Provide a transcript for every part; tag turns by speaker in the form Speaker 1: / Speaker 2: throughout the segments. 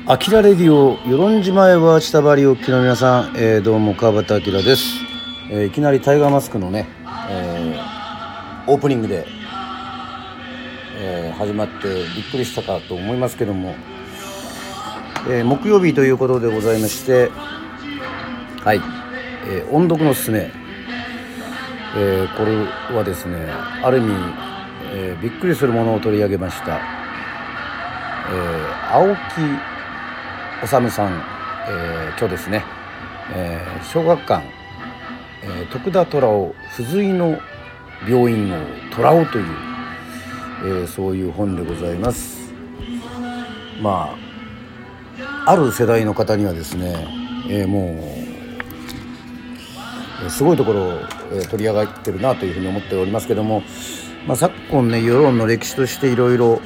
Speaker 1: アキラレディオ与論島へは下張りお聞きの皆さん、どうも川端明です。いきなりタイガーマスクのね、オープニングで、始まってびっくりしたかと思いますけども、木曜日ということでございまして、はい、音読のすすめ、これはですね、ある意味、びっくりするものを取り上げました。青木治さん、今日ですね、小学館、徳田虎雄不随の病院を虎雄という、そういう本でございます。まあある世代の方にはですね、もうすごいところを、取り上がってるなというふうに思っておりますけども、昨今ね、世論の歴史としていろいろ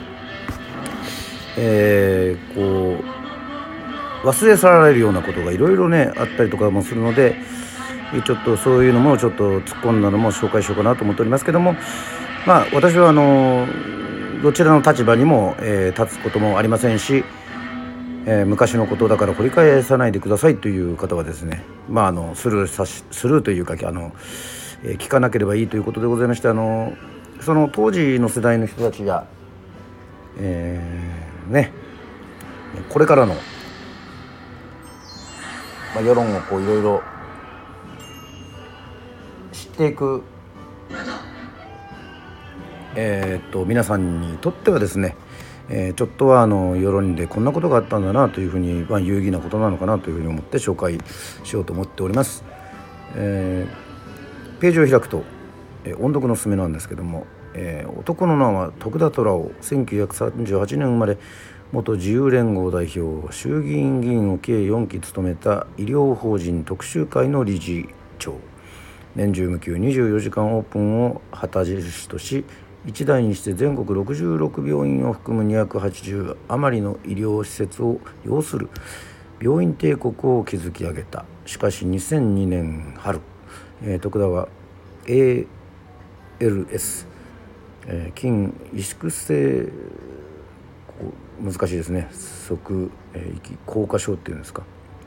Speaker 1: こう忘れ去られるようなことがいろいろねあったりとかもするので、ちょっとそういうのもちょっと突っ込んだのも紹介しようかなと思っておりますけども、私はどちらの立場にも、立つこともありませんし、昔のことだから掘り返さないでくださいという方はですね、スルーというか聞かなければいいということでございまして、その当時の世代の人たちが、これからの世論をこういろいろ知っていく、皆さんにとってはですね、ちょっとは世論でこんなことがあったんだなというふうに、有意義なことなのかなというふうに思って紹介しようと思っております。ページを開くと、音読のすすめなんですけども、男の名は徳田虎雄、1938年生まれ、元自由連合代表、衆議院議員を計4期務めた医療法人特集会の理事長、年中無休24時間オープンを旗印とし、一代にして全国66病院を含む280余りの医療施設を要する病院帝国を築き上げた。しかし2002年春、徳田は ALS、筋萎縮性、難しいですね、側硬化症っていうんですか、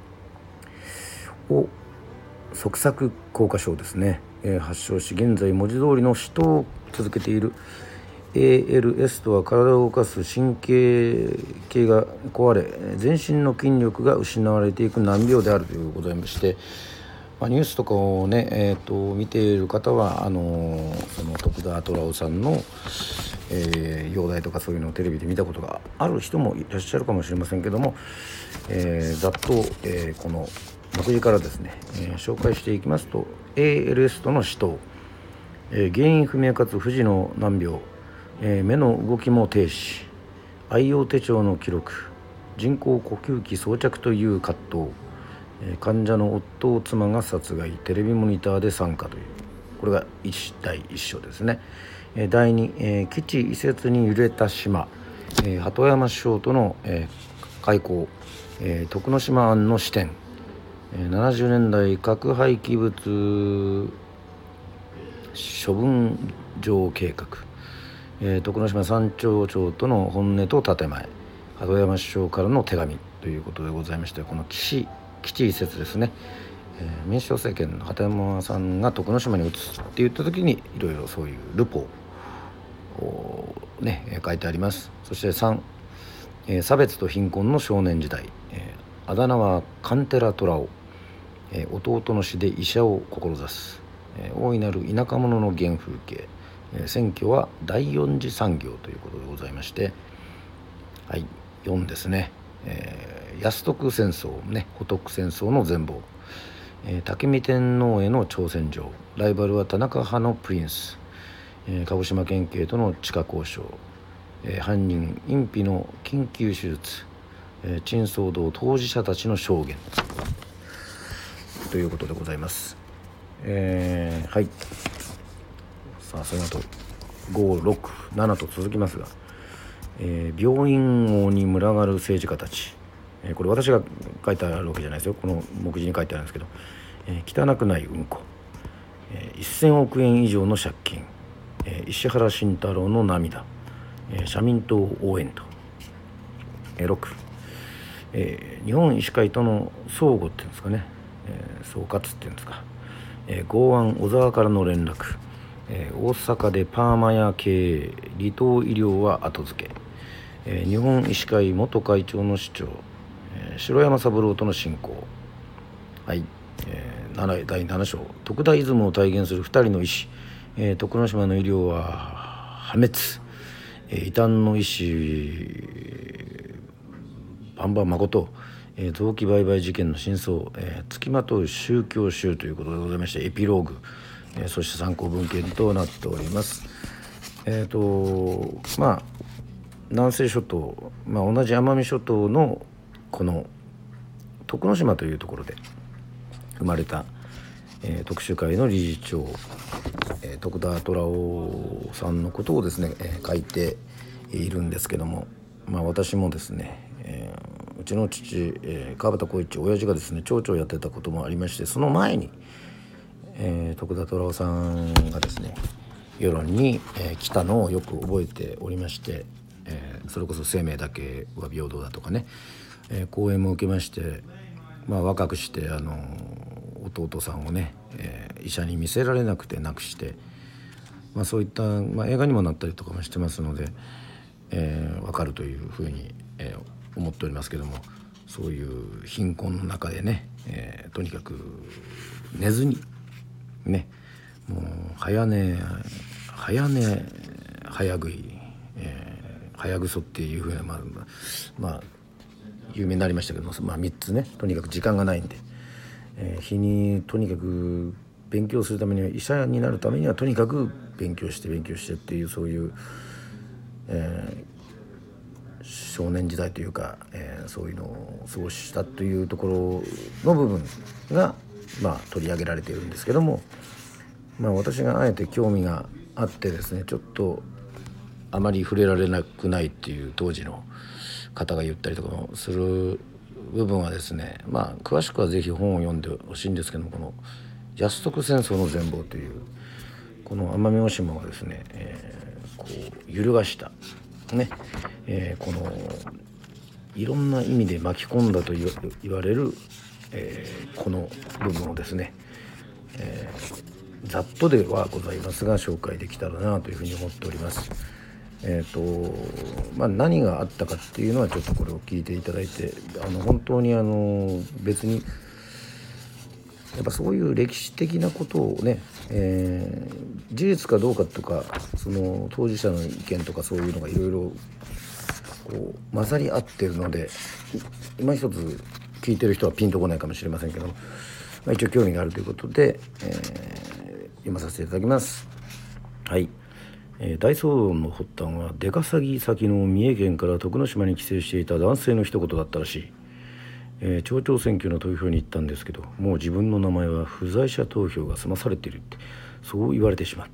Speaker 1: 側索硬化症ですね、発症し、現在文字通りの死闘を続けている。 ALS とは体を動かす神経系が壊れ、全身の筋力が失われていく難病であるということでございまして、ニュースとかをね、見ている方はその徳田虎雄さんの、容体とかそういうのをテレビで見たことがある人もいらっしゃるかもしれませんけども、ざっと、この目次からですね、紹介していきますと、 ALS との死闘、原因不明かつ不治の難病、目の動きも停止、愛用手帳の記録、人工呼吸器装着という葛藤、患者の夫を妻が殺害、テレビモニターで参加という、これが第一章ですね。第2、基地移設に揺れた島、鳩山首相との、会交、徳之島案の視点、70年代核廃棄物処分場計画、徳之島三町長との本音と建前、鳩山首相からの手紙ということでございまして、この基地移設ですね、民主党政権の鳩山さんが徳之島に移すって言った時に、いろいろそういうルポを書いてあります。そして3、差別と貧困の少年時代、あだ名はカンテラトラオ、弟の死で医者を志す、大いなる田舎者の原風景、選挙は第四次産業ということでございまして、はい、4ですね。安徳戦争ね、五徳戦争の全貌、武見天皇への挑戦状、ライバルは田中派のプリンス、鹿児島県警との地下交渉、犯人隠避の緊急手術、珍騒動当事者たちの証言ということでございます。はい、さあその後5、6、7と続きますが、病院王に群がる政治家たち、これ私が書いてあるわけじゃないですよ、この目次に書いてあるんですけど、汚くないうんこ、1000億円以上の借金、石原慎太郎の涙、社民党応援と、6、 日本医師会との相互っていうんですかね、総括っていうんですか、剛腕小沢からの連絡、大阪でパーマ屋経営、離島医療は後付け、日本医師会元会長の主張、城山三郎との親交。はい、第7章、徳田イズムを体現する2人の医師、徳之島の医療は破滅、異端の医師番場誠、臓器売買事件の真相、付きまとう宗教集ということでございまして、エピローグ、そして参考文献となっております。南西諸島、同じ奄美諸島のこの徳之島というところで生まれた、特集会の理事長、徳田虎夫さんのことをですね、書いているんですけども、私もですね、うちの父、川端浩一親父がですね町長をやってたこともありまして、その前に、徳田虎夫さんがですね世論に、来たのをよく覚えておりまして、それこそ生命だけは平等だとかね、講演も受けまして、若くして弟さんをね、医者に見せられなくて亡くして、そういった、映画にもなったりとかもしてますので、分かるというふうに、思っておりますけども、そういう貧困の中でね、とにかく寝ずにね、もう早寝早食い、早ぐそっていうふうな有名になりましたけども、3つね、とにかく時間がないんで、日にとにかく勉強するためには、医者になるためにはとにかく勉強してっていう、そういう、少年時代というか、そういうのを過ごしたというところの部分が、取り上げられているんですけども、私があえて興味があってですね、ちょっとあまり触れられなくないっていう当時の方が言ったりとかもする部分はですね、詳しくはぜひ本を読んでほしいんですけども、この安徳戦争の全貌というこの奄美大島をですね、こう揺るがしたね、このいろんな意味で巻き込んだと言われる、この部分をですね、ざっとではございますが紹介できたらなというふうに思っております。何があったかっていうのはちょっとこれを聞いていただいて、本当に別にやっぱそういう歴史的なことをね、事実かどうかとか、その当事者の意見とか、そういうのがいろいろこう混ざり合ってるので、今一つ聞いてる人はピンとこないかもしれませんけども、一応興味があるということで、読まさせていただきます。はい、大騒動の発端は出稼ぎ先の三重県から徳之島に帰省していた男性の一言だったらしい。町長選挙の投票に行ったんですけど、もう自分の名前は不在者投票が済まされているって、そう言われてしまって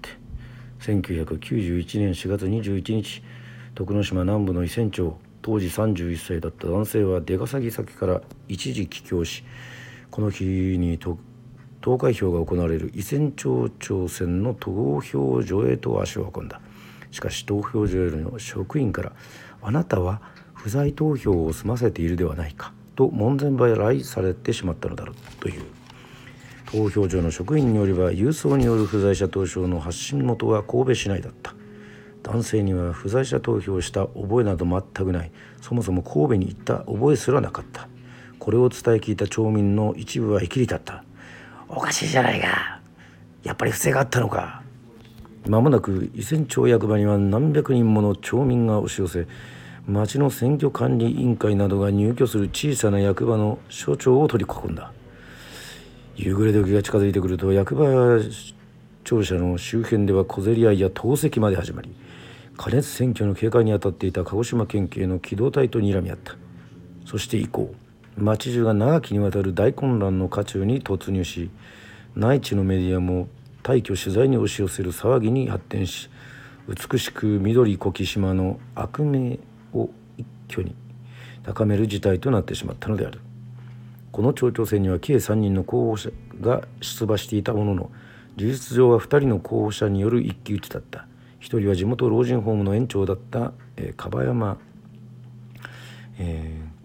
Speaker 1: 、1991年4月21日、徳之島南部の伊仙町、当時31歳だった男性は出稼ぎ先から一時帰郷し、この日に投開票が行われる伊仙町長選の投票所へと足を運んだ。しかし投票所への職員から、あなたは不在投票を済ませているではないかと門前払いされてしまったのだろうという。投票所の職員によれば、郵送による不在者投票の発信元は神戸市内だった。男性には不在者投票した覚えなど全くない。そもそも神戸に行った覚えすらなかった。これを伝え聞いた町民の一部は呆り立った。おかしいじゃないか、やっぱり不正があったのか。間もなく伊仙町役場には何百人もの町民が押し寄せ、町の選挙管理委員会などが入居する小さな役場の所長を取り囲んだ。夕暮れ時が近づいてくると、役場庁舎の周辺では小競り合いや投石まで始まり、加熱選挙の警戒に当たっていた鹿児島県警の機動隊と睨み合った。そして以降、町中が長きにわたる大混乱の渦中に突入し、内地のメディアも大挙取材に押し寄せる騒ぎに発展し、美しく緑小木島の悪名を一挙に高める事態となってしまったのである。この町長選には計3人の候補者が出馬していたものの、事実上は2人の候補者による一騎打ちだった。1人は地元老人ホームの園長だった、樺山、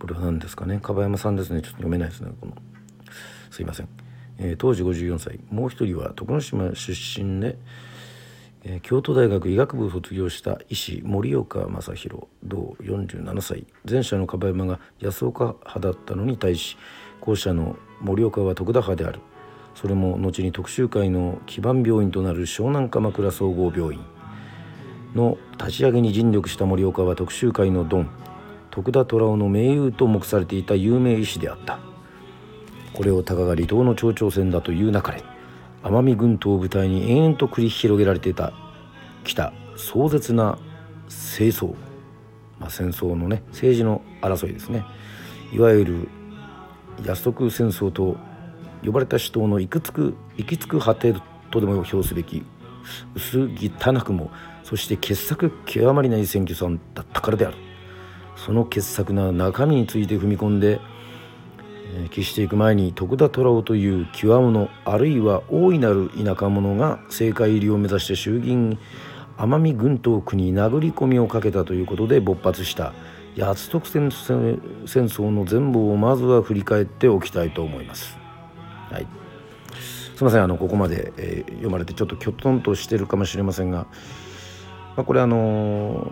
Speaker 1: これは何ですかね。樺山さんですね。ちょっと読めないですね。すいません。当時54歳、もう一人は徳之島出身で、京都大学医学部を卒業した医師森岡正弘、同47歳。前者の樺山が安岡派だったのに対し、後者の森岡は徳田派である。それも後に徳洲会の基盤病院となる湘南鎌倉総合病院の立ち上げに尽力した森岡は徳洲会のドン徳田虎雄の盟友と目されていた有名医師であった。これをたかが離島の町長選だという中で、奄美群島を舞台に延々と繰り広げられてきた壮絶な戦争、戦争のね、政治の争いですね。いわゆる安徳戦争と呼ばれた死闘の行き着く果てとでも評すべき薄汚くも、そして傑作極まりない選挙さんだったからである。その傑作な中身について踏み込んで帰していく前に、徳田虎雄という極者、あるいは大いなる田舎者が政界入りを目指して衆議院奄美群島区に殴り込みをかけたということで勃発した安徳戦争の全貌をまずは振り返っておきたいと思います。はい、すみません。ここまで、読まれてちょっときょとんとしてるかもしれませんが、これノ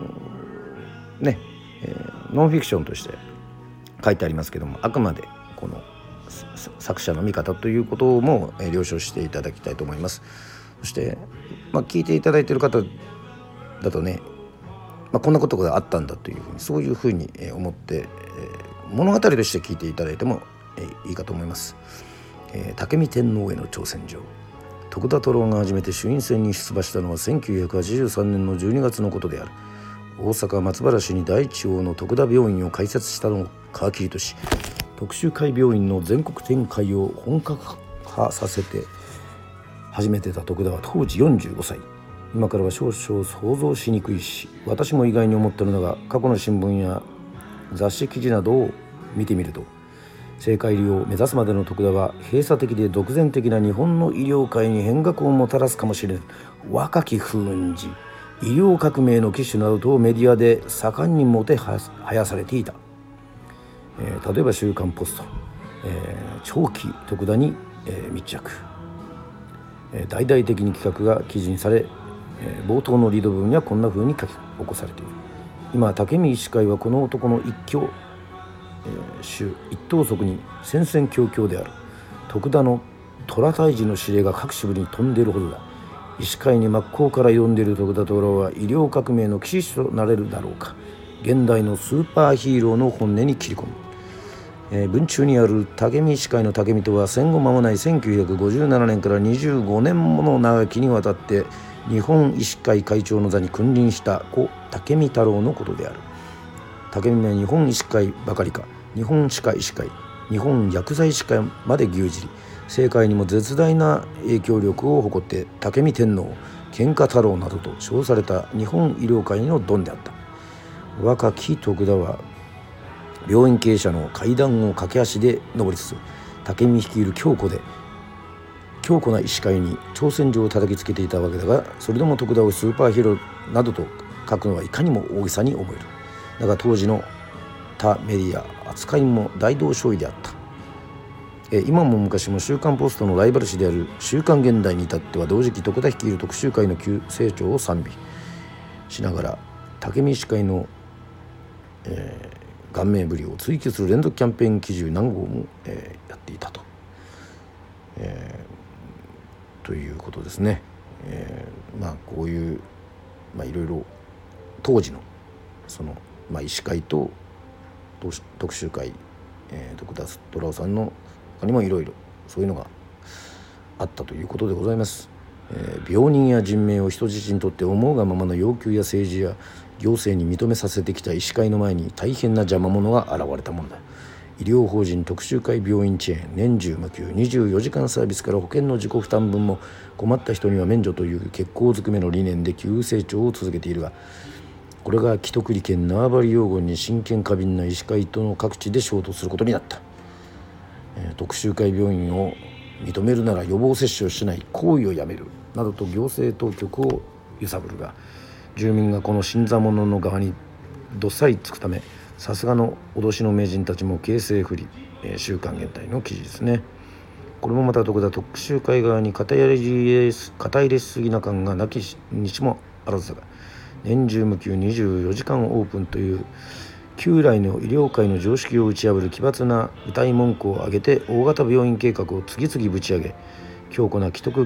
Speaker 1: ンフィクションとして書いてありますけども、あくまでこの作者の見方ということも了承していただきたいと思います。そして、聞いていただいている方だとね、こんなことがあったんだというふうに、そういうふうに思って、物語として聞いていただいてもいいかと思います。武見天皇への挑戦状。徳田虎雄が初めて衆院選に出馬したのは1983年の12月のことである。大阪松原市に第一王の徳田病院を開設したのを皮切りとし、徳洲会病院の全国展開を本格化させて始めてた徳田は当時45歳。今からは少々想像しにくいし、私も意外に思っているのが、過去の新聞や雑誌記事などを見てみると、政界入りを目指すまでの徳田は閉鎖的で独善的な日本の医療界に変革をもたらすかもしれぬ若き風雲児、医療革命の旗手などとメディアで盛んにもてはやされていた。例えば週刊ポスト、長期徳田に、密着、大々的に企画が記事にされ、冒頭のリード部分にはこんな風に書き起こされている。今武見医師会はこの男の一挙手一投足に戦々恐々である。徳田の虎退治の指令が各支部に飛んでいるほどだ。医師会に真っ向から挑んでいる徳田虎雄は医療革命の旗手となれるだろうか。現代のスーパーヒーローの本音に切り込む。文中にある武見医師会の武見とは、戦後間もない1957年から25年もの長きにわたって日本医師会会長の座に君臨した故武見太郎のことである。武見は日本医師会ばかりか、日本歯科医師会、日本薬剤師会まで牛耳り、政界にも絶大な影響力を誇って武見天皇、喧嘩太郎などと称された日本医療界のドンであった。若き徳田は病院経営者の階段を駆け足で上りつつ、武見率いる強固な医師会に挑戦状を叩きつけていたわけだが、それでも徳田をスーパーヒーローなどと書くのはいかにも大げさに思える。だが当時の他メディア扱いも大同小異であった。今も昔も週刊ポストのライバル誌である週刊現代に至っては、同時期徳田率いる徳洲会の急成長を賛美しながら、武見医師会の、顔面ぶりを追求する連続キャンペーン記事何号も、やっていたと、ということですね。こういう、いろいろ当時のその、医師会と徳洲会、徳田虎雄さんの他にもいろいろそういうのがあったということでございます。病人や人命を人質にとって思うがままの要求や政治や行政に認めさせてきた医師会の前に大変な邪魔者が現れたものだ。医療法人徳洲会病院チェーン、年中無休24時間サービスから保険の自己負担分も困った人には免除という結構ずくめの理念で急成長を続けているが、これが既得利権縄張り用語に真剣過敏な医師会との各地で衝突することになった。徳洲会病院を認めるなら予防接種をしない、行為をやめるなどと行政当局を揺さぶるが、住民がこの新参者の側にどっさりつくため、 さすがの脅しの名人たちも形勢不利、週刊現代の記事ですね。これもまた徳田特集会側に肩入れしすぎな感がなきにしもあらずだが、年中無休24時間オープンという旧来の医療界の常識を打ち破る奇抜な謳い文句を挙げて大型病院計画を次々ぶち上げ、強固な既得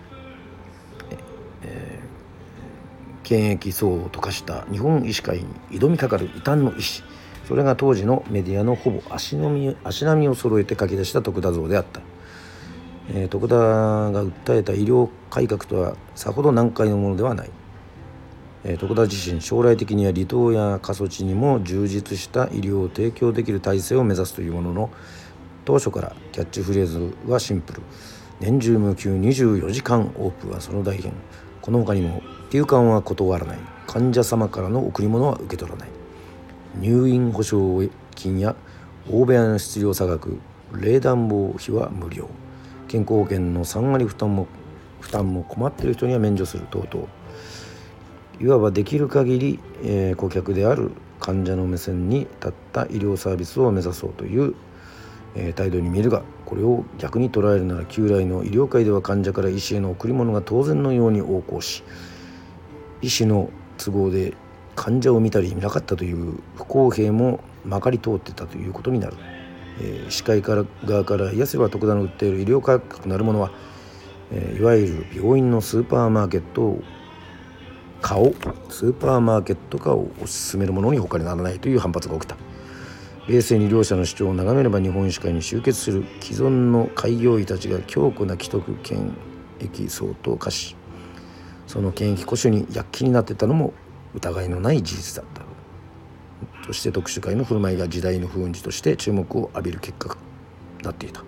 Speaker 1: 検疫層を溶かした日本医師会に挑みかかる異端の医師、それが当時のメディアのほぼ足並みを揃えて書き出した徳田像であった。徳田が訴えた医療改革とはさほど難解なものではない。徳田自身、将来的には離島や過疎地にも充実した医療を提供できる体制を目指すというものの、当初からキャッチフレーズはシンプル。年中無休24時間オープンはその大変。この他にも休館は断らない、患者様からの贈り物は受け取らない、入院保証金や大部屋の室療差額、冷暖房費は無料、健康保険の3割負担も困っている人には免除する等々、いわばできる限り、顧客である患者の目線に立った医療サービスを目指そうという、態度に見えるが、これを逆に捉えるなら、旧来の医療界では患者から医師への贈り物が当然のように横行し、医師の都合で患者を見たり見なかったという不公平もまかり通ってたということになる。医師会側から言わせれば、徳田の訴える医療改革なるものは、いわゆる病院のスーパーマーケット化を推し進めるものに他にならないという反発が起きた。冷静に両者の主張を眺めれば、日本医師会に集結する既存の開業医たちが強固な既得権益層と化し、その権益固守に躍起になっていたのも疑いのない事実だった。そして特殊会の振る舞いが時代の風雲児として注目を浴びる結果になっていた。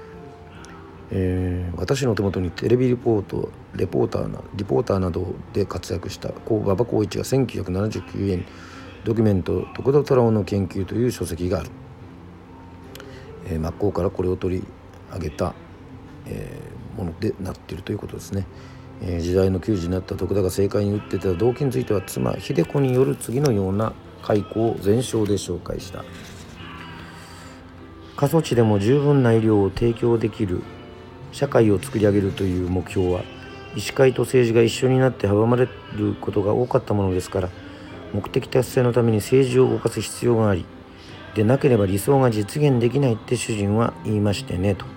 Speaker 1: 私の手元にテレビリポーターなどで活躍した馬場光一が1979年ドキュメント徳田虎雄の研究という書籍がある。真っ向からこれを取り上げた、ものでなっているということですね。時代の球児になった徳田が政界に打っていた動機については、妻秀子による次のような回顧を前章で紹介した。過疎地でも十分な医療を提供できる社会を作り上げるという目標は、医師会と政治が一緒になって阻まれることが多かったものですから、目的達成のために政治を動かす必要があり、でなければ理想が実現できないって主人は言いましてねと、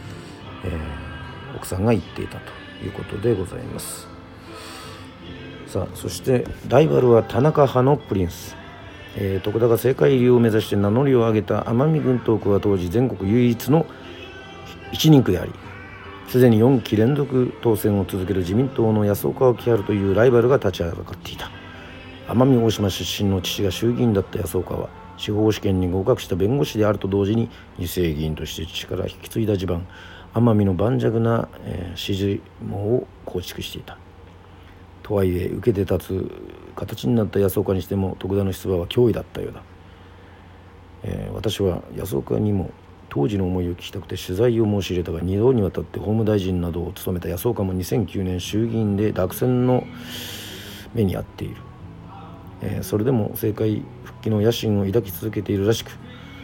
Speaker 1: 奥さんが言っていたということでございます。さあ、そしてライバルは田中派のプリンス。徳田が政界入りを目指して名乗りを上げた奄美群島区は当時全国唯一の一人区であり、すでに4期連続当選を続ける自民党の安岡清治というライバルが立ち上がっていた。奄美大島出身の父が衆議院だった安岡は、司法試験に合格した弁護士であると同時に、二世議員として父から引き継いだ地盤奄美の盤石な、支持網を構築していた。とはいえ、受けて立つ形になった安岡にしても、徳田の出馬は脅威だったようだ。私は安岡にも当時の思いを聞きたくて取材を申し入れたが、2度にわたって法務大臣などを務めた安岡も2009年衆議院で落選の目に遭っている。それでも政界復帰の野心を抱き続けているらしく、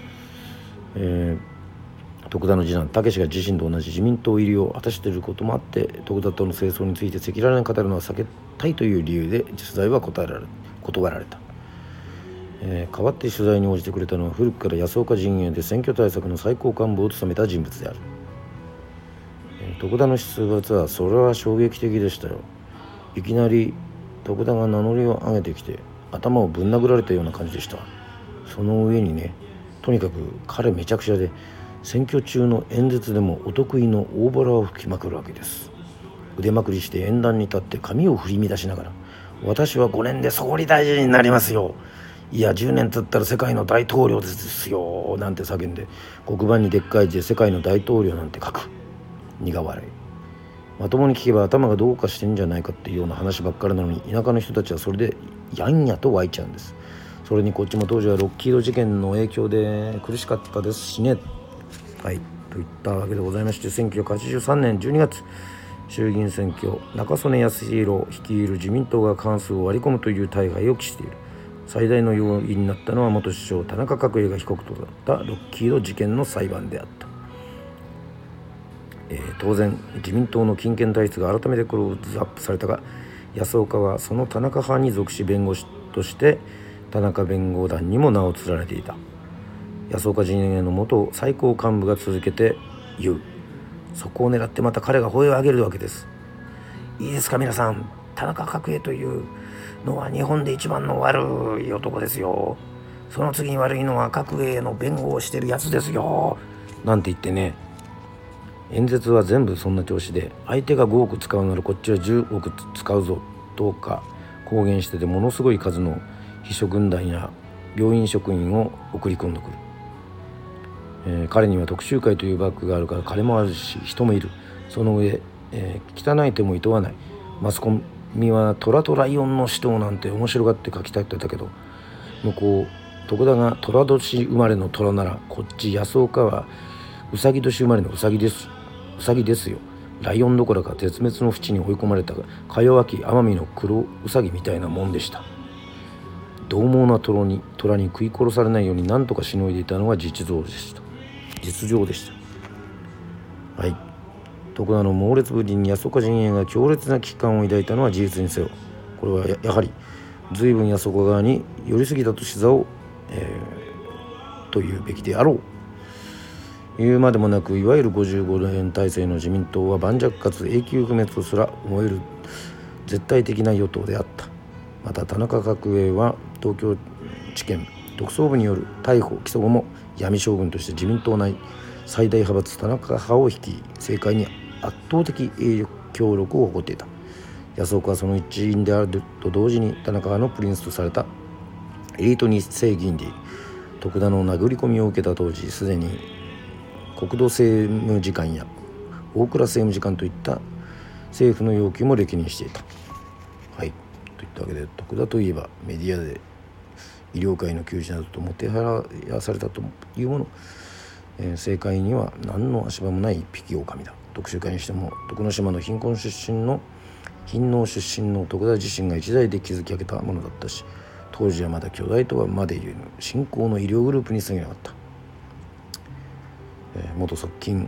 Speaker 1: 徳田の次男武が自身と同じ自民党入りを果たしていることもあって、徳田との政争について赤裸々に語るのは避けたいという理由で取材は断られた。代わって取材に応じてくれたのは、古くから安岡陣営で選挙対策の最高幹部を務めた人物である。徳田の出没はそれは衝撃的でしたよ。いきなり徳田が名乗りを上げてきて、頭をぶん殴られたような感じでした。その上にね、とにかく彼めちゃくちゃで、選挙中の演説でもお得意の大ボラを吹きまくるわけです。腕まくりして演壇に立って髪を振り乱しながら、私は5年で総理大臣になりますよ、いや10年経ったら世界の大統領ですよなんて叫んで、黒板にでっかい字で世界の大統領なんて書く。苦笑い。まともに聞けば頭がどうかしてんじゃないかっていうような話ばっかりなのに、田舎の人たちはそれでやんやと湧いちゃうんです。それにこっちも当時はロッキード事件の影響で苦しかったですしね。はい、といったわけでございまして、1983年12月衆議院選挙、中曽根康弘率いる自民党が過半数を割り込むという大敗を期している。 最大の要因になったのは元首相田中角栄が被告となったロッキード事件の裁判であった。当然自民党の金権体質が改めてクローズアップされたが、安岡はその田中派に属し弁護士として田中弁護団にも名を連ねていた。安岡陣営の元最高幹部が続けて言う。そこを狙ってまた彼が声を上げるわけです。いいですか皆さん、田中角栄というのは日本で一番の悪い男ですよ。その次に悪いのは角栄の弁護をしてるやつですよ、なんて言ってね。演説は全部そんな調子で、相手が5億使うならこっちは10億使うぞとか公言してて、ものすごい数の秘書軍団や病院職員を送り込んでくる。彼には特集会というバッグがあるから彼もあるし人もいる。その上、汚い手も厭わない。マスコミは虎とライオンの死闘なんて面白がって書きたってたけど、向こう徳田が虎年生まれの虎なら、こっち安岡はうさぎ年生まれのうさぎですよ。ライオンどころか絶滅の淵に追い込まれたか弱き奄美の黒うさぎみたいなもんでした。獰猛な虎に食い殺されないように何とかしのいでいたのが実情でした。はい、徳田の猛烈ぶりに安岡陣営が強烈な危機感を抱いたのは事実にせよ、これは やはり随分安岡側に寄りすぎたとしざを、というべきであろう。言うまでもなく、いわゆる55年体制の自民党は盤石かつ永久不滅とすら思える絶対的な与党であった。また田中角栄は東京地検特捜部による逮捕起訴後も闇将軍として自民党内最大派閥田中派を率い、政界に圧倒的影響力を誇っていた。安岡はその一員であると同時に田中派のプリンスとされたエリート2世議員で、徳田の殴り込みを受けた当時すでに国土政務次官や大蔵政務次官といった政府の要求も歴任していた。はい、といったわけで、徳田といえばメディアで医療界の求人などともてはやされたというもの、政界には何の足場もない一匹狼だ。特集会にしても徳之島の貧農出身の徳田自身が一代で築き上げたものだったし、当時はまだ巨大とはまで言えぬ新興の医療グループに過ぎなかった。元側近、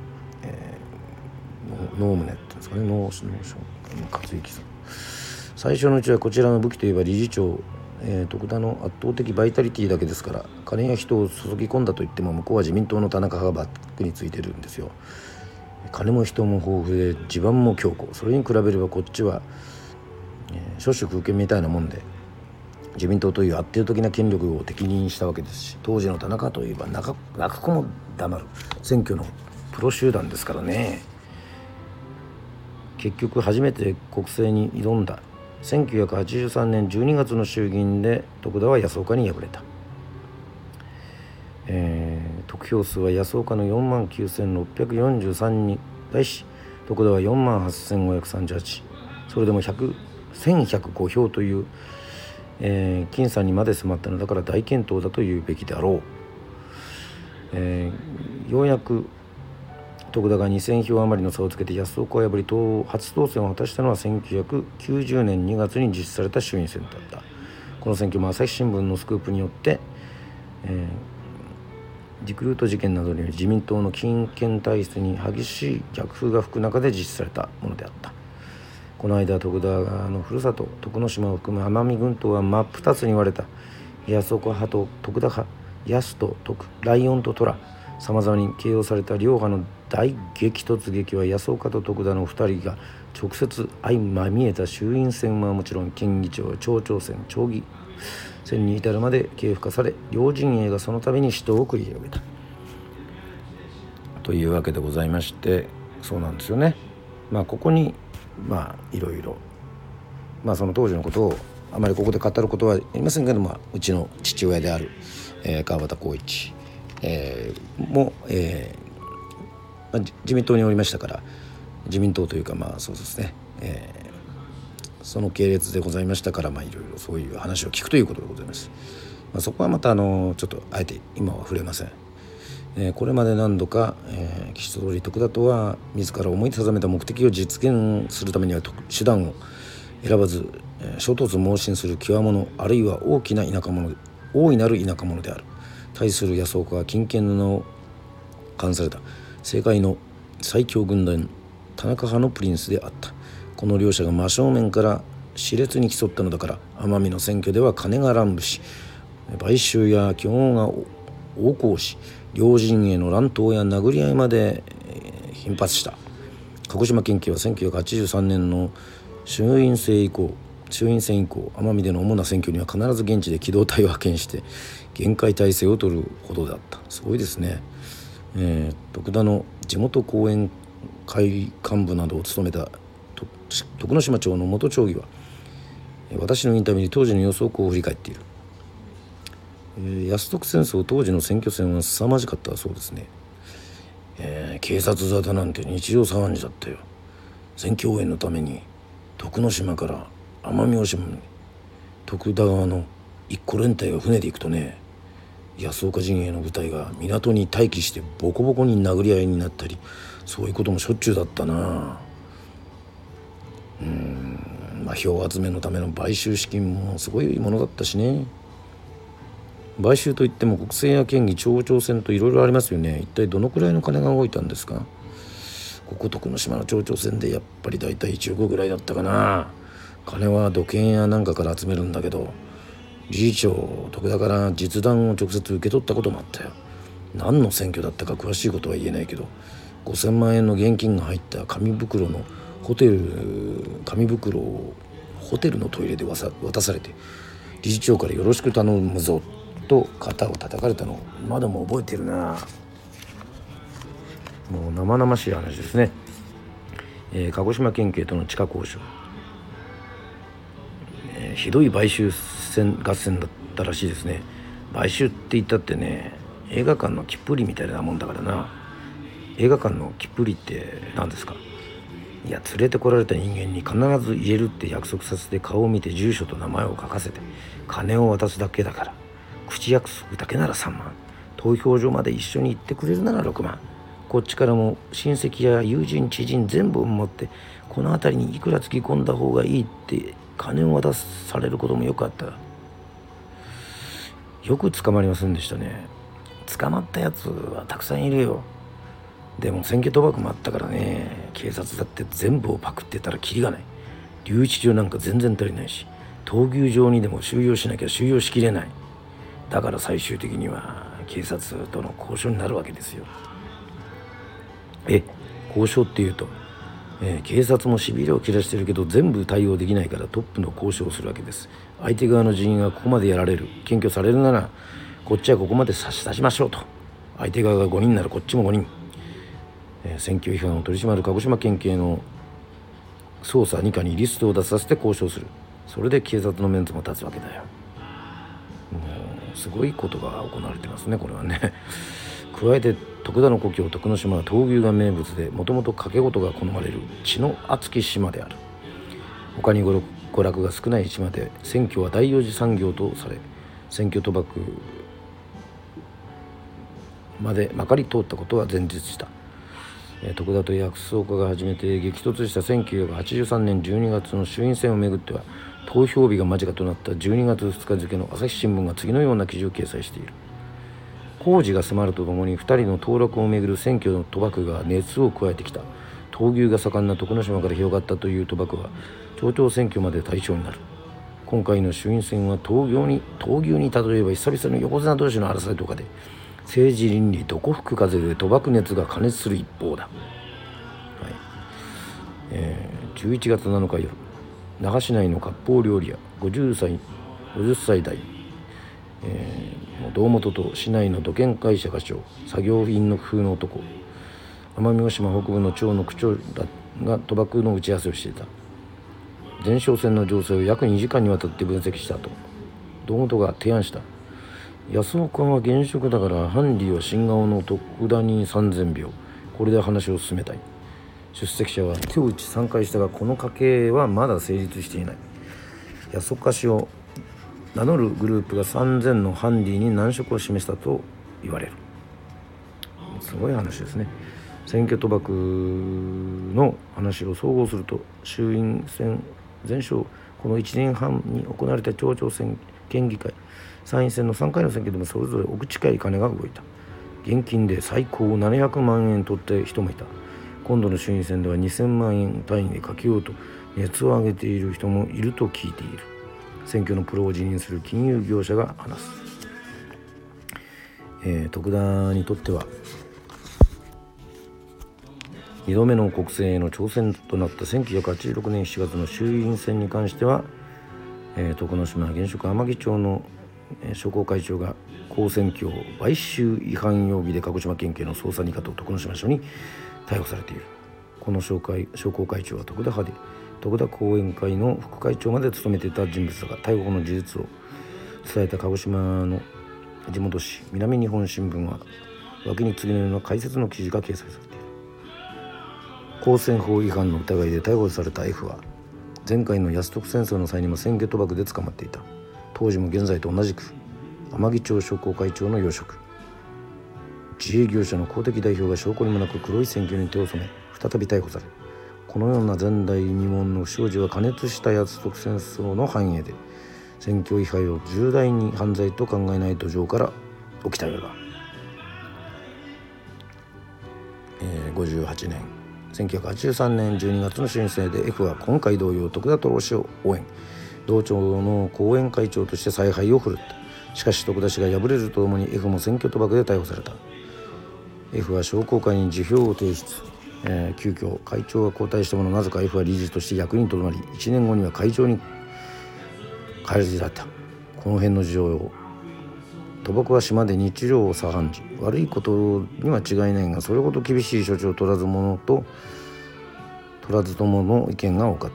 Speaker 1: 能宗っていうんですかね、能勝克之さん。最初のうちはこちらの武器といえば理事長、徳田の圧倒的バイタリティだけですから、金や人を注ぎ込んだといっても向こうは自民党の田中派がバックについてるんですよ。金も人も豊富で地盤も強固。それに比べればこっちは、諸種空権みたいなもんで、自民党という圧倒的な権力を敵にしたわけですし、当時の田中といえば泣く子も黙る選挙のプロ集団ですからね。結局初めて国政に挑んだ1983年12月の衆議院で徳田は安岡に敗れた。得票数は安岡の 49,643 に対し徳田は 48,538、 それでも1105票という僅差にまで迫ったのだから大健闘だというべきであろう。ようやく徳田が2000票余りの差をつけて安岡を破り初当選を果たしたのは1990年2月に実施された衆院選だった。この選挙も朝日新聞のスクープによって、リクルート事件などにより自民党の金権体質に激しい逆風が吹く中で実施されたものであった。この間徳田のふるさと徳之島を含む奄美群島は真っ二つに割れた。安岡派と徳田派、安と徳、ライオンと虎、さまざまに形容された両派の大激突劇は安岡と徳田の2人が直接相まみえた衆院選はもちろん県議長、町長選、町議選に至るまで系譜化され、両陣営がその度に死闘を繰り広げたというわけでございまして、そうなんですよね。ここにいろいろその当時のことをあまりここで語ることはありませんけど、うちの父親である、川端浩一、も、自民党におりましたから、自民党というかそうですね、その系列でございましたから、いろいろそういう話を聞くということでございます。そこはまたちょっとあえて今は触れません。これまで何度か、岸通徳田とは自ら思い定めた目的を実現するためには手段を選ばず、 衝突猛進する極者、あるいは大いなる田舎者である。対する安岡は近見の名を冠された政界の最強軍団田中派のプリンスであった。この両者が真正面から熾烈に競ったのだから、奄美の選挙では金が乱舞し、買収や競合が横行し、両陣営の乱闘や殴り合いまで頻発した。鹿児島県警は1983年の衆院選以降、奄美での主な選挙には必ず現地で機動隊を派遣して厳戒態勢を取るほどだった。すごいですね。徳田の地元後援会幹部などを務めた徳之島町の元町議は、私のインタビューに当時の様子をこう振り返っている。安徳戦争当時の選挙戦は凄まじかったそうですね。警察沙汰なんて日常茶飯事だったよ。選挙応援のために徳之島から奄美大島に徳田川の一個連隊が船で行くとね、安岡陣営の部隊が港に待機してボコボコに殴り合いになったり、そういうこともしょっちゅうだったな。票集めのための買収資金もすごいものだったしね。買収といっても国政や県議、町長選といろいろありますよね。一体どのくらいの金が動いたんですか。ここ徳之島の町長選でやっぱりだいたい1億ぐらいだったかな。金は土建やなんかから集めるんだけど、理事長徳田から実弾を直接受け取ったこともあったよ。何の選挙だったか詳しいことは言えないけど、5000万円の現金が入った紙袋をホテルのトイレで渡されて、理事長からよろしく頼むぞと肩を叩かれたのを今でも覚えてるな。もう生々しい話ですね。鹿児島県警との地下交渉、ひどい買収合戦だったらしいですね。買収って言ったってね、映画館の切符売りみたいなもんだからな。映画館の切符売りって何ですか。いや、連れてこられた人間に必ず言えるって約束させて、顔を見て住所と名前を書かせて金を渡すだけだから。口約束だけなら3万、投票所まで一緒に行ってくれるなら6万、こっちからも親戚や友人知人全部持って、この辺りにいくらつぎ込んだ方がいいって金を渡されることもよくあった。よく捕まりませんでしたね。捕まったやつはたくさんいるよ。でも選挙賭博もあったからね。警察だって全部をパクってたらキリがない。留置場なんか全然足りないし、闘牛場にでも収容しなきゃ収容しきれない。だから最終的には警察との交渉になるわけですよ。交渉っていうと、警察もしびれを切らしてるけど全部対応できないからトップの交渉をするわけです。相手側の人員がここまでやられる、検挙されるならこっちはここまで差し出しましょうと。相手側が5人ならこっちも5人。選挙違反を取り締まる鹿児島県警の捜査2課にリストを出させて交渉する。それで警察のメンツも立つわけだよ。もうすごいことが行われてますね、これはね。加えて徳田の故郷徳之島は闘牛が名物で、もともと賭け事が好まれる血の熱き島である。他に娯楽が少ない島で、選挙は第4次産業とされ、選挙賭博までまかり通ったことは前日した。徳田と安岡が初めて激突した1983年12月の衆院選をめぐっては、投票日が間近となった12月2日付の朝日新聞が次のような記事を掲載している。工事が迫るとともに2人の当落をめぐる選挙の賭博が熱を加えてきた。闘牛が盛んな徳之島から広がったという賭博は町長選挙まで対象になる。今回の衆院選は闘牛に例えば久々の横綱同士の争いとかで、政治倫理どこ吹く風で賭博熱が過熱する一方だ。11月7日夜、那覇市内の割烹料理屋50歳代、堂本と市内の土建会社課長、作業員の風の男、奄美大島北部の町の区長らが賭博の打ち合わせをしていた。前哨戦の情勢を約2時間にわたって分析した後、堂本が提案した。安岡は現職だからハンディは新顔の徳田に3000票、これで話を進めたい。出席者は手を打ち参回したが、この家計はまだ成立していない。安岡氏を名乗るグループが3000のハンディに難色を示したと言われる。すごい話ですね。選挙賭博の話を総合すると、衆院選前哨この1年半に行われた町長選、県議会、参院選の3回の選挙でもそれぞれ億近い金が動いた。現金で最高700万円取った人もいた。今度の衆院選では2000万円単位でかけようと熱を上げている人もいると聞いている。選挙のプロを辞任する金融業者が話す。徳田にとっては2度目の国政への挑戦となった1986年7月の衆院選に関しては、徳之島現職天城町の商工会長が公選挙買収違反容疑で鹿児島県警の捜査二課と徳之島署に逮捕されている。この商工会長は徳田派で徳田後援会の副会長まで務めていた人物だが、逮捕後の事実を伝えた鹿児島の地元紙南日本新聞は脇に次のような解説の記事が掲載されている。公選法違反の疑いで逮捕された F は前回の安徳戦争の際にも選挙賭博で捕まっていた。当時も現在と同じく天城町商工会長の要職。自営業者の公的代表が証拠にもなく黒い選挙に手を染め再び逮捕され、このような前代未聞の不祥事は過熱した安徳戦争の繁栄で選挙違反を重大に犯罪と考えない土壌から起きたようだ。58年1983年12月の申請で F は今回同様徳田太郎氏を応援、同町の後援会長として采配を振るった。しかし徳田氏が敗れるとともに F も選挙賭博で逮捕された。 F は商工会に辞表を提出、急遽会長が交代したもののなぜか F は理事として役にとどまり1年後には会長に返り咲いた。この辺の事情を賭博は島で日常を茶飯事、悪いことには違いないがそれほど厳しい処置を取らずともの意見が多かった。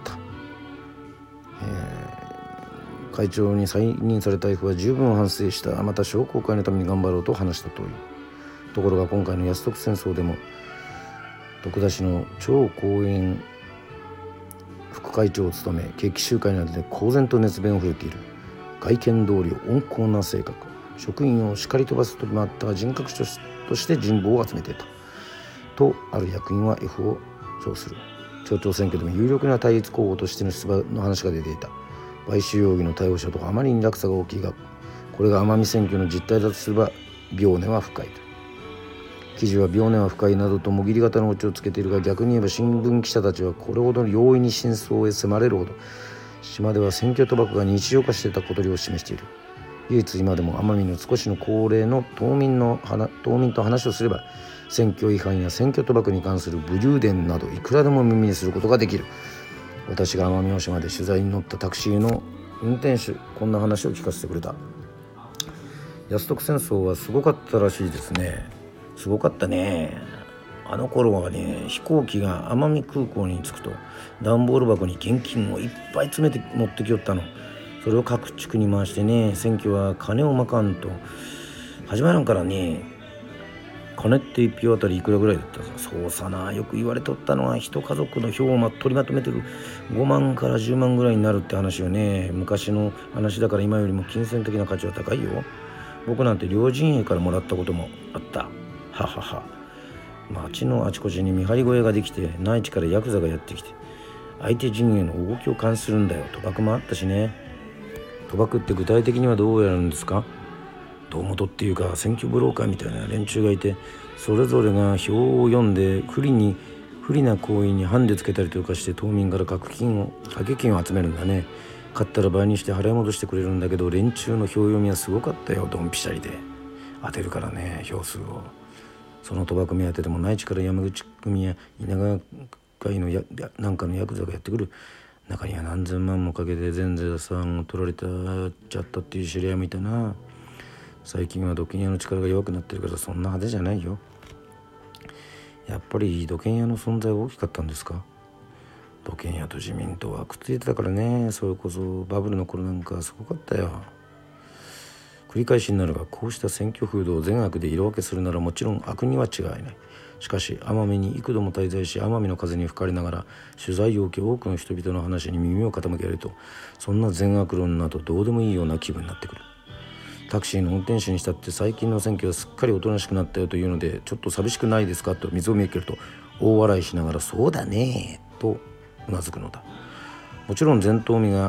Speaker 1: 会長に再任された F は十分反省した。また商工会のために頑張ろうと話したという。ところが今回の安徳戦争でも徳田氏の超後援副会長を務め決起集会などで公然と熱弁を振るっている。外見通り温厚な性格、職員を叱り飛ばす時もあったが人格者として人望を集めていたとある役員は F を称する。町長選挙でも有力な対立候補としての出馬の話が出ていた。買収容疑の逮捕者とあまりに落差が大きいが、これが奄美選挙の実態だとすれば病根は深いと。記事は病根は深いなどともぎり型のオチをつけているが、逆に言えば新聞記者たちはこれほど容易に真相へ迫れるほど島では選挙賭博が日常化していたことを示している。唯一今でも奄美の少しの高齢の島民と話をすれば選挙違反や選挙賭博に関する武勇伝などいくらでも耳にすることができる。私が奄美大島で取材に乗ったタクシーの運転手、こんな話を聞かせてくれた。安徳戦争はすごかったらしいですね。すごかったね。あの頃はね、飛行機が奄美空港に着くと段ボール箱に現金をいっぱい詰めて持ってきよったの。それを各地区に回してね、選挙は金をまかんと始まらんからね。金って一票あたりいくらぐらいだったか。そうさな、よく言われとったのは一家族の票を取りまとめてる5万から10万ぐらいになるって話よね。昔の話だから今よりも金銭的な価値は高いよ。僕なんて両陣営からもらったこともあった。ははは。町のあちこちに見張り小屋ができて、内地からヤクザがやってきて相手陣営の動きを監視するんだよ。賭博もあったしね。賭博って具体的にはどうやるんですか？胴元っていうか選挙ブローカーみたいな連中がいて、それぞれが票を読んで不利な行為にハンデつけたりとかして島民から掛け金を集めるんだね。買ったら倍にして払い戻してくれるんだけど、連中の票読みはすごかったよ。ドンピシャリで当てるからね、票数を。その賭博目当てでも内地から山口組や稲川会のなんかのヤクザがやってくる。中には何千万もかけて全財産を取られちゃったっていう知り合いもいたな。最近は土建屋の力が弱くなってるからそんな派手じゃないよ。やっぱり土建屋の存在は大きかったんですか？土建屋と自民党はくっついてたからね。それこそバブルの頃なんかすごかったよ。繰り返しになるが、こうした選挙風土を善悪で色分けするならもちろん悪には違いない。しかし奄美に幾度も滞在し、奄美の風に吹かれながら取材を受け、多くの人々の話に耳を傾けると、そんな善悪論などどうでもいいような気分になってくる。タクシーの運転手にしたって最近の選挙はすっかりおとなしくなったよというので、ちょっと寂しくないですかと水を見受けると大笑いしながら、そうだねとうなずくのだ。もちろん前頭見が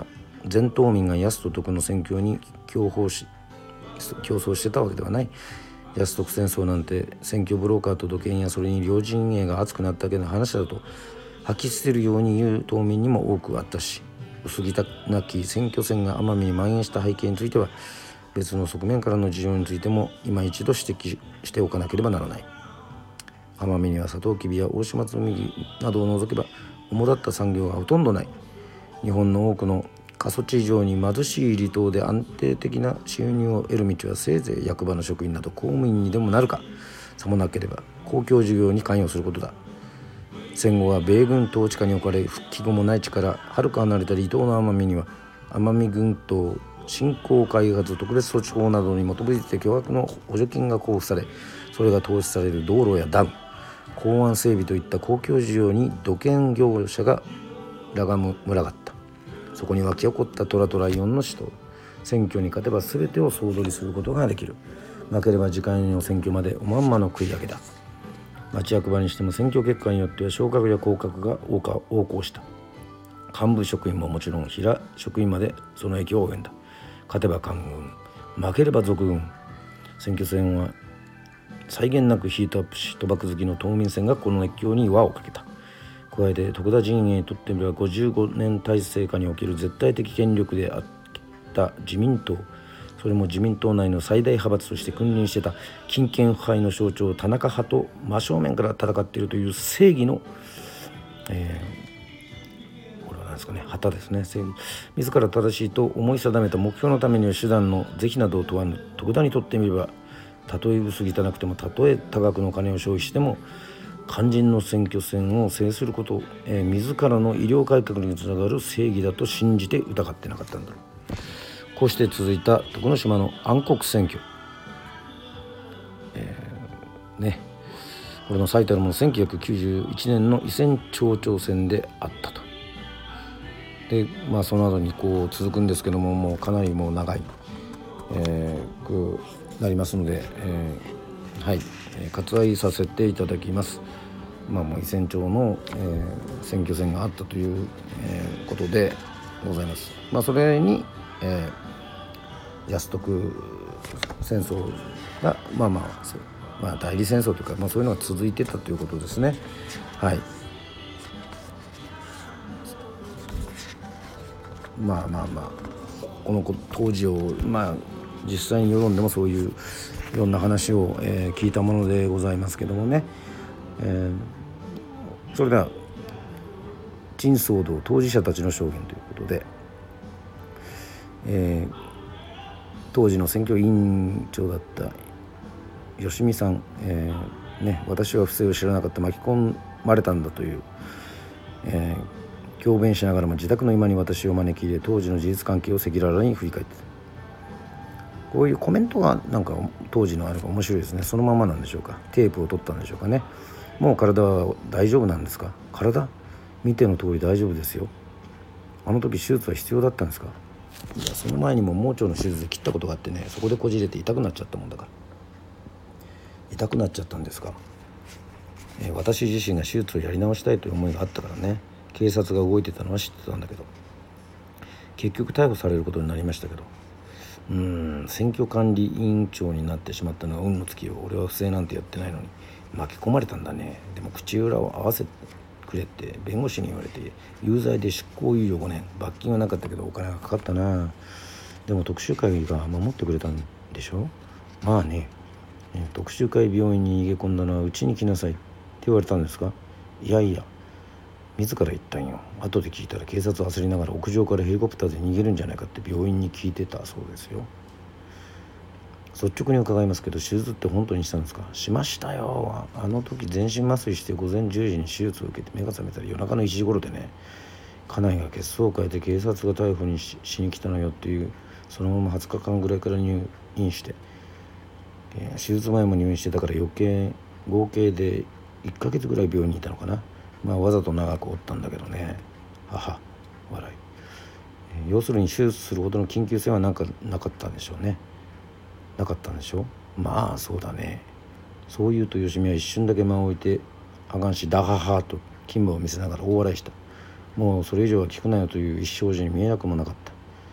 Speaker 1: 全島民が安と徳の選挙に競争してたわけではない。安徳戦争なんて選挙ブローカーと土建やそれに両陣営が熱くなっただけの話だと吐き捨てるように言う島民にも多くあったし、薄汚き選挙戦が奄美に蔓延した背景については別の側面からの事情についても今一度指摘しておかなければならない。奄美にはサトウキビや大島紬などを除けば主だった産業がほとんどない。日本の多くの過疎地以上に貧しい離島で安定的な収入を得る道はせいぜい役場の職員など公務員にでもなるか、さもなければ公共事業に関与することだ。戦後は米軍統治下に置かれ復帰後も内地からはるか離れた離島の奄美には奄美群島振興開発特別措置法などに基づいて巨額の補助金が交付され、それが投資される道路やダム、港湾整備といった公共事業に土建業者が群がった。そこに湧き起こった虎とライオンの死闘。選挙に勝てば全てを総取りすることができる。負ければ次回の選挙までおまんまの食い上げだ。町役場にしても選挙結果によっては昇格や降格が横行した。幹部職員ももちろん平職員までその影響を及んだ。勝てば官軍、負ければ賊軍。選挙戦は際限なくヒートアップし、賭博好きの島民選がこの熱狂に輪をかけた。加えて徳田陣営にとってみれば55年体制下における絶対的権力であった自民党、それも自民党内の最大派閥として君臨してた金権腐敗の象徴田中派と真正面から戦っているという正義の、これは何ですかね、旗ですね。正義、自ら正しいと思い定めた目標のためには手段の是非などを問わぬ徳田にとってみれば、たとえ薄汚くてもたとえ多額の金を消費しても肝心の選挙戦を制すること、自らの医療改革につながる正義だと信じて疑ってなかったんだろう。こうして続いた徳之島の暗黒選挙、これの最たるもの1991年の伊仙町長選であったと。で、その後にこう続くんですけども、もうかなりもう長い、なりますので、割愛させていただきます。もう伊仙町の、選挙戦があったという、ことでございます。それに、安徳戦争が代理戦争というか、そういうのが続いてたということですね。この当時を実際に世論でもそういういろんな話を、聞いたものでございますけどもね、それでは珍騒動当事者たちの証言ということで、当時の選挙委員長だった吉見さん、私は不正を知らなかった巻き込まれたんだという、強弁しながらも自宅の居間に私を招き入れ当時の事実関係を赤裸々に振り返っていた。こういうコメントがなんか当時のあれが面白いですね。そのままなんでしょうか。テープを取ったんでしょうかね。もう体は大丈夫なんですか。体見ての通り大丈夫ですよ。あの時手術は必要だったんですか。いや、その前にも盲腸の手術で切ったことがあってね、そこでこじれて痛くなっちゃったもんだから。痛くなっちゃったんですか。私自身が手術をやり直したいという思いがあったからね。警察が動いてたのは知ってたんだけど、結局逮捕されることになりましたけど、選挙管理委員長になってしまったのは運の尽きよ。俺は不正なんてやってないのに巻き込まれたんだね。でも口裏を合わせてくれって弁護士に言われて有罪で執行猶予5年、罰金はなかったけどお金がかかったな。でも特集会が守ってくれたんでしょ。特集会病院に逃げ込んだのはうちに来なさいって言われたんですか。いや自ら言ったんよ。後で聞いたら警察は焦りながら屋上からヘリコプターで逃げるんじゃないかって病院に聞いてたそうですよ。率直に伺いますけど、手術って本当にしたんですか。しましたよ。あの時全身麻酔して午前10時に手術を受けて目が覚めたら夜中の1時頃でね、家内が血相を変えて警察が逮捕しに来たのよっていう、そのまま20日間ぐらいから入院して、手術前も入院してたから合計で1ヶ月ぐらい病院にいたのかな。わざと長くおったんだけどね。笑い。要するに手術するほどの緊急性はなかったんでしょうね。なかったんでしょう。そうだね。そう言うと吉見は一瞬だけ間を置いてあがんしダハハと金馬を見せながら大笑いした。もうそれ以上は聞くなよという意思表示に見えなくもなかった。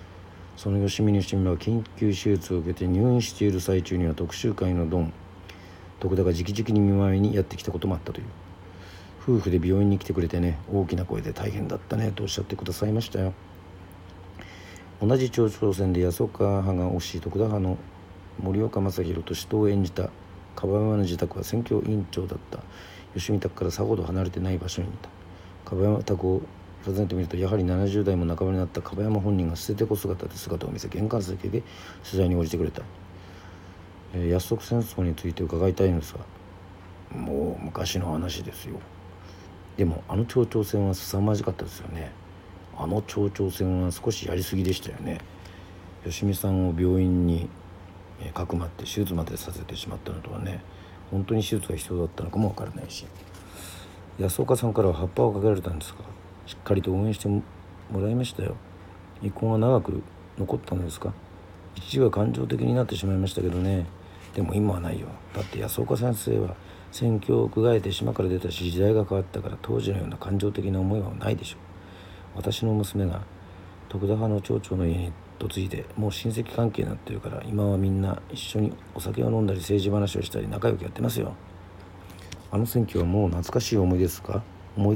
Speaker 1: その吉見は緊急手術を受けて入院している最中には特集会のドン徳田が直々に見舞いにやってきたこともあったという。夫婦で病院に来てくれてね、大きな声で大変だったねとおっしゃってくださいましたよ。同じ町長選で安岡派が推し徳田派の森岡正弘と死闘を演じた樺山の自宅は選挙委員長だった吉見宅からさほど離れてない場所にいた。樺山宅を訪ねてみると、やはり70代も半ばになった樺山本人が捨ててこ姿で姿を見せ、玄関先で取材に応じてくれた。安徳戦争について伺いたいのですが、もう昔の話ですよ。でもあの町長選は凄まじかったですよね。あの町長選は少しやりすぎでしたよね。吉見さんを病院にかくまって手術までさせてしまったのとはね、本当に手術が必要だったのかもわからないし、安岡さんからは葉っぱをかけられたんですが、しっかりと応援してもらいましたよ。遺恨は長く残ったのですか。一時は感情的になってしまいましたけどね。でも今はないよ。だって安岡先生は戦況を加えて島から出たし、時代が変わったから当時のような感情的な思いはないでしょう。私の娘が徳田派の町長の家に嫁いで、もう親戚関係になってるから、今はみんな一緒にお酒を飲んだり政治話をしたり仲良くやってますよ。あの選挙はもう懐かしい思い出ですか。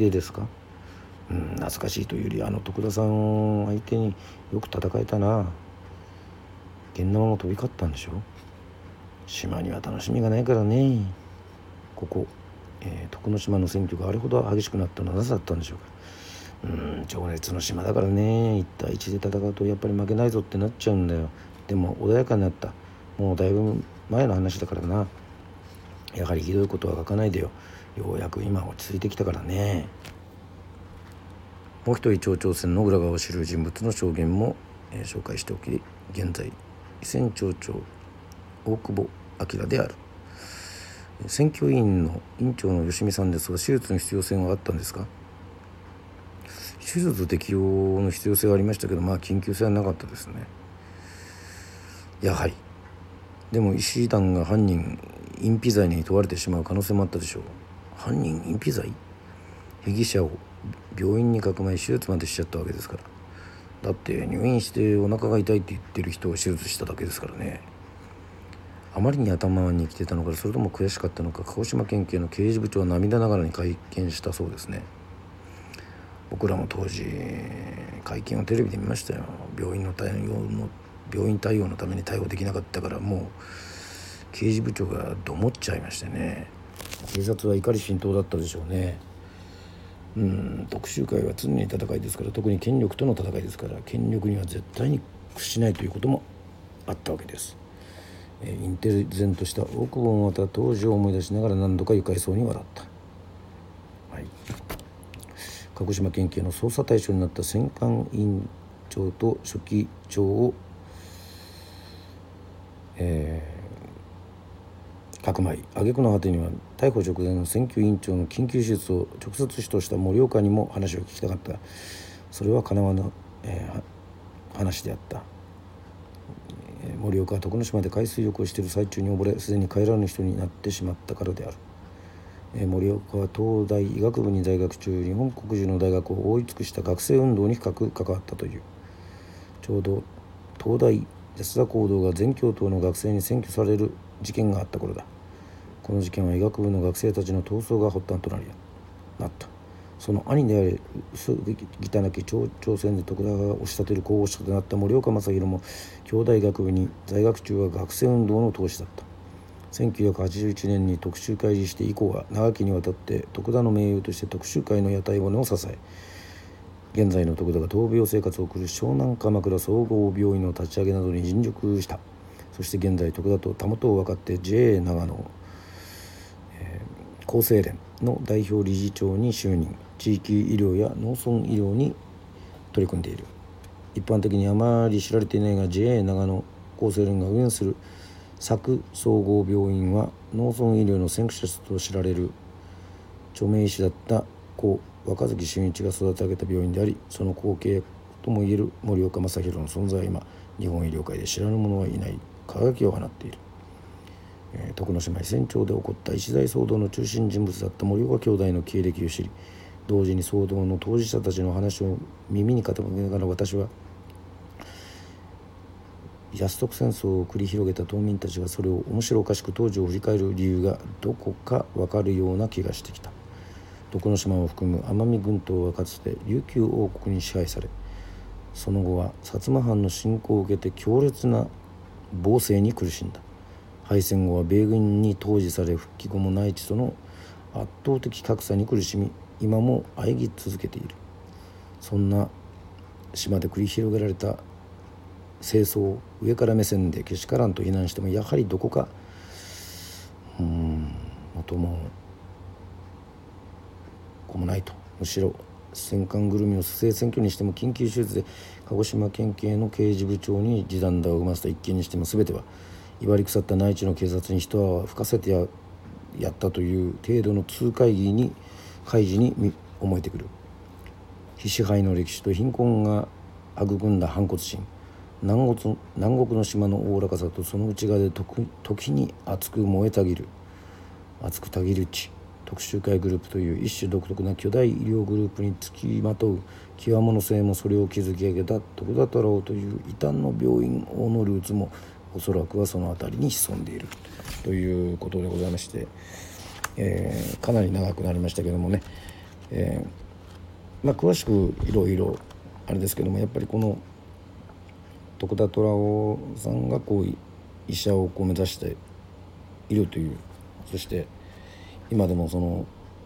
Speaker 1: 懐かしいというより、あの徳田さんを相手によく戦えたな。現生も飛び交ったんでしょ。島には楽しみがないからね。ここ、徳之島の選挙があれほど激しくなったのはなぜだったんでしょうか。情熱の島だからね。1対1で戦うとやっぱり負けないぞってなっちゃうんだよ。でも穏やかになった。もうだいぶ前の話だからな。やはりひどいことは書かないでよ。ようやく今落ち着いてきたからね。もう一人町長選の裏側を知る人物の証言も、紹介しておき、現在伊勢町長大久保明である。選挙委員の委員長の吉見さんですが、手術の必要性はあったんですか。手術適用の必要性はありましたけど、緊急性はなかったですね。やはりでも医師団が犯人隠避罪に問われてしまう可能性もあったでしょう。犯人隠避罪。被疑者を病院にかくまい手術までしちゃったわけですから。だって入院してお腹が痛いって言ってる人を手術しただけですからね。あまりに頭にきてたのか、それとも悔しかったのか、鹿児島県警の刑事部長は涙ながらに会見したそうですね。僕らも当時会見をテレビで見ましたよ。病院対応のために対応できなかったから、もう刑事部長がどもっちゃいましてね。警察は怒り心頭だったでしょうね。特集会は常に戦いですから、特に権力との戦いですから、権力には絶対に屈しないということもあったわけです。インテリゼントした大久保もまた当時を思い出しながら何度か愉快そうに笑った。鹿児島県警の捜査対象になった選管委員長と書記長を、かくまい、挙句の果てには逮捕直前の選挙委員長の緊急手術を直接指導した森岡にも話を聞きたかった。それはかなわぬ、話であった。森岡は徳之島で海水浴をしている最中に溺れ、すでに帰らぬ人になってしまったからである。森岡は東大医学部に在学中、日本国中の大学を覆い尽くした学生運動に深く関わったという。ちょうど東大安田講堂が全教頭の学生に占拠される事件があった頃だ。この事件は医学部の学生たちの闘争が発端となった。その兄であり薄汚き町長選で徳田が押し立てる候補者となった森岡正弘も、兄弟学部に在学中は学生運動の闘士だった。1981年に特集会入りして以降は、長きにわたって徳田の盟友として特集会の屋台骨を支え、現在の徳田が闘病生活を送る湘南鎌倉総合病院の立ち上げなどに尽力した。そして現在、徳田とたもとを分かって JA 長野、厚生連の代表理事長に就任。地域医療や農村医療に取り組んでいる。一般的にあまり知られていないが、 JA 長野厚生連が運営する佐久総合病院は農村医療の先駆者と知られる著名医師だった故若月俊一が育て上げた病院であり、その後継ともいえる森岡正弘の存在は今日本医療界で知らぬ者はいない輝きを放っている。徳之島伊仙町で起こった一大騒動の中心人物だった森岡兄弟の経歴を知り、同時に騒動の当事者たちの話を耳に傾けながら、私は安徳戦争を繰り広げた島民たちがそれを面白おかしく当時を振り返る理由がどこか分かるような気がしてきた。徳之島を含む奄美群島はかつて琉球王国に支配され、その後は薩摩藩の侵攻を受けて強烈な暴政に苦しんだ。敗戦後は米軍に統治され、復帰後も内地との圧倒的格差に苦しみ、今も喘ぎ続けている。そんな島で繰り広げられた戦争を上から目線でけしからんと非難しても、やはりどこか元も子もないと。むしろ戦艦ぐるみを不正選挙にしても、緊急手術で鹿児島県警の刑事部長に地談打を生ませた一件にしても、全ては威張り腐った内地の警察に一泡吹かせて やったという程度の痛快議に開示に思えてくる。非支配の歴史と貧困が育んだ反骨心、南国の島のおおらかさとその内側で時に熱くたぎる地、特集会グループという一種独特な巨大医療グループにつきまとう極物性も、それを築き上げた徳田太郎という異端の病院王のルーツもおそらくはその辺りに潜んでいるということでございまして、かなり長くなりましたけどもね、詳しくいろいろあれですけども、やっぱりこの徳田虎雄さんがこう医者を目指しているという、そして今でもその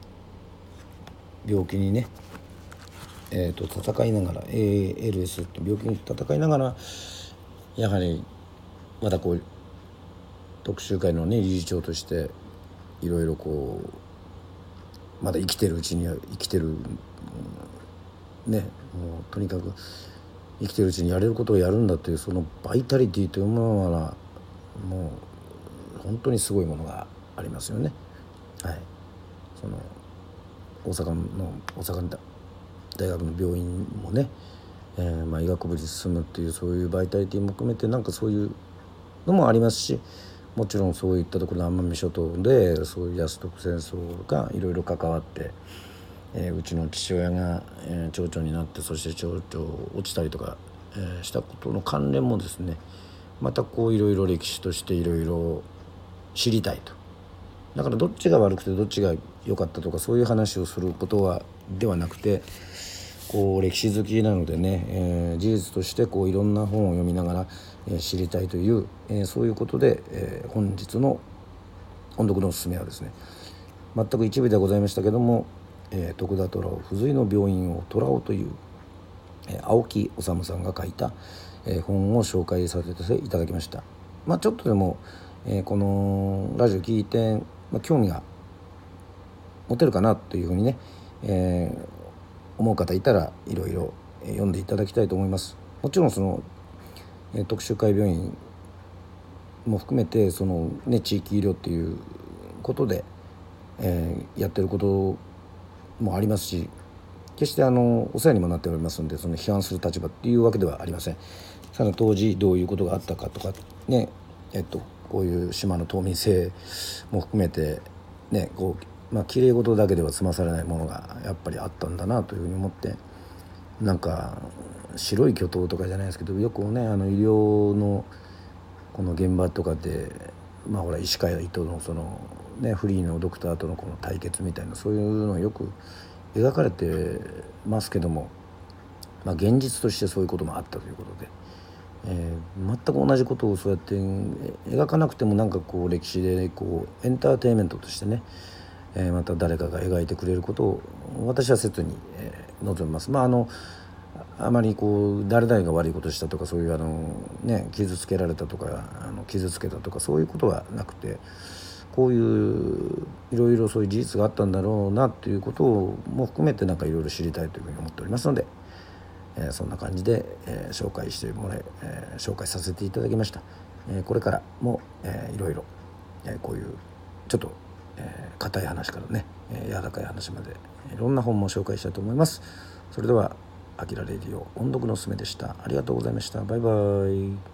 Speaker 1: 病気にね、戦いながら ALS って病気に戦いながら、やはりまたこう特集会のね理事長としていろいろこうまだ生きてるうちには生きてるね、もうとにかく生きてるうちにやれることをやるんだという、そのバイタリティというものはもう本当にすごいものがありますよね。はい、その大阪大学の病院もね、医学部に進むっていう、そういうバイタリティも含めてなんかそういうのもありますし、もちろんそういったところの奄美諸島でそういう安徳戦争がいろいろ関わって、うちの父親が、町長になって、そして町長落ちたりとか、したことの関連もですね、またこういろいろ歴史としていろいろ知りたいと。だからどっちが悪くてどっちが良かったとかそういう話をすることではなくて、こう歴史好きなのでね、事実としてこういろんな本を読みながら、知りたいという、そういうことで、本日の音読のおすすめはですね、全く一部ではございましたけども、徳田虎雄不随の病院を虎雄という、青木治さんが書いた、本を紹介させていただきました。ちょっとでも、このラジオ聞いて、興味が持てるかなというふうにね、思う方いたらいろいろ読んでいただきたいと思います。もちろんその、特集会病院も含めてその、地域医療っていうことで、やってることもありますし、決してお世話にもなっておりますので、その批判する立場っていうわけではありません。その当時どういうことがあったかとかね、こういう島の島民性も含めてね、こう綺麗事だけでは済まされないものがやっぱりあったんだなというふうに思って、なんか白い巨塔とかじゃないですけど、よくね医療のこの現場とかでほら医師会とのそのねフリーのドクターとのこの対決みたいな、そういうのをよく描かれてますけども、現実としてそういうこともあったということで、全く同じことをそうやって描かなくても、なんかこう歴史でこうエンターテインメントとしてね、また誰かが描いてくれることを私は切に、望みます。あまりこう誰々が悪いことしたとか、そういう傷つけられたとか傷つけたとか、そういうことはなくて、こういういろいろそういう事実があったんだろうなということをも含めて、なんかいろいろ知りたいというふうに思っておりますので、そんな感じで、紹介させていただきました。これからも、いろいろ、こういうちょっと硬い話からね、柔らかい話までいろんな本も紹介したいと思います。それではアキラレディオ音読のすすめでした。ありがとうございました。バイバイ。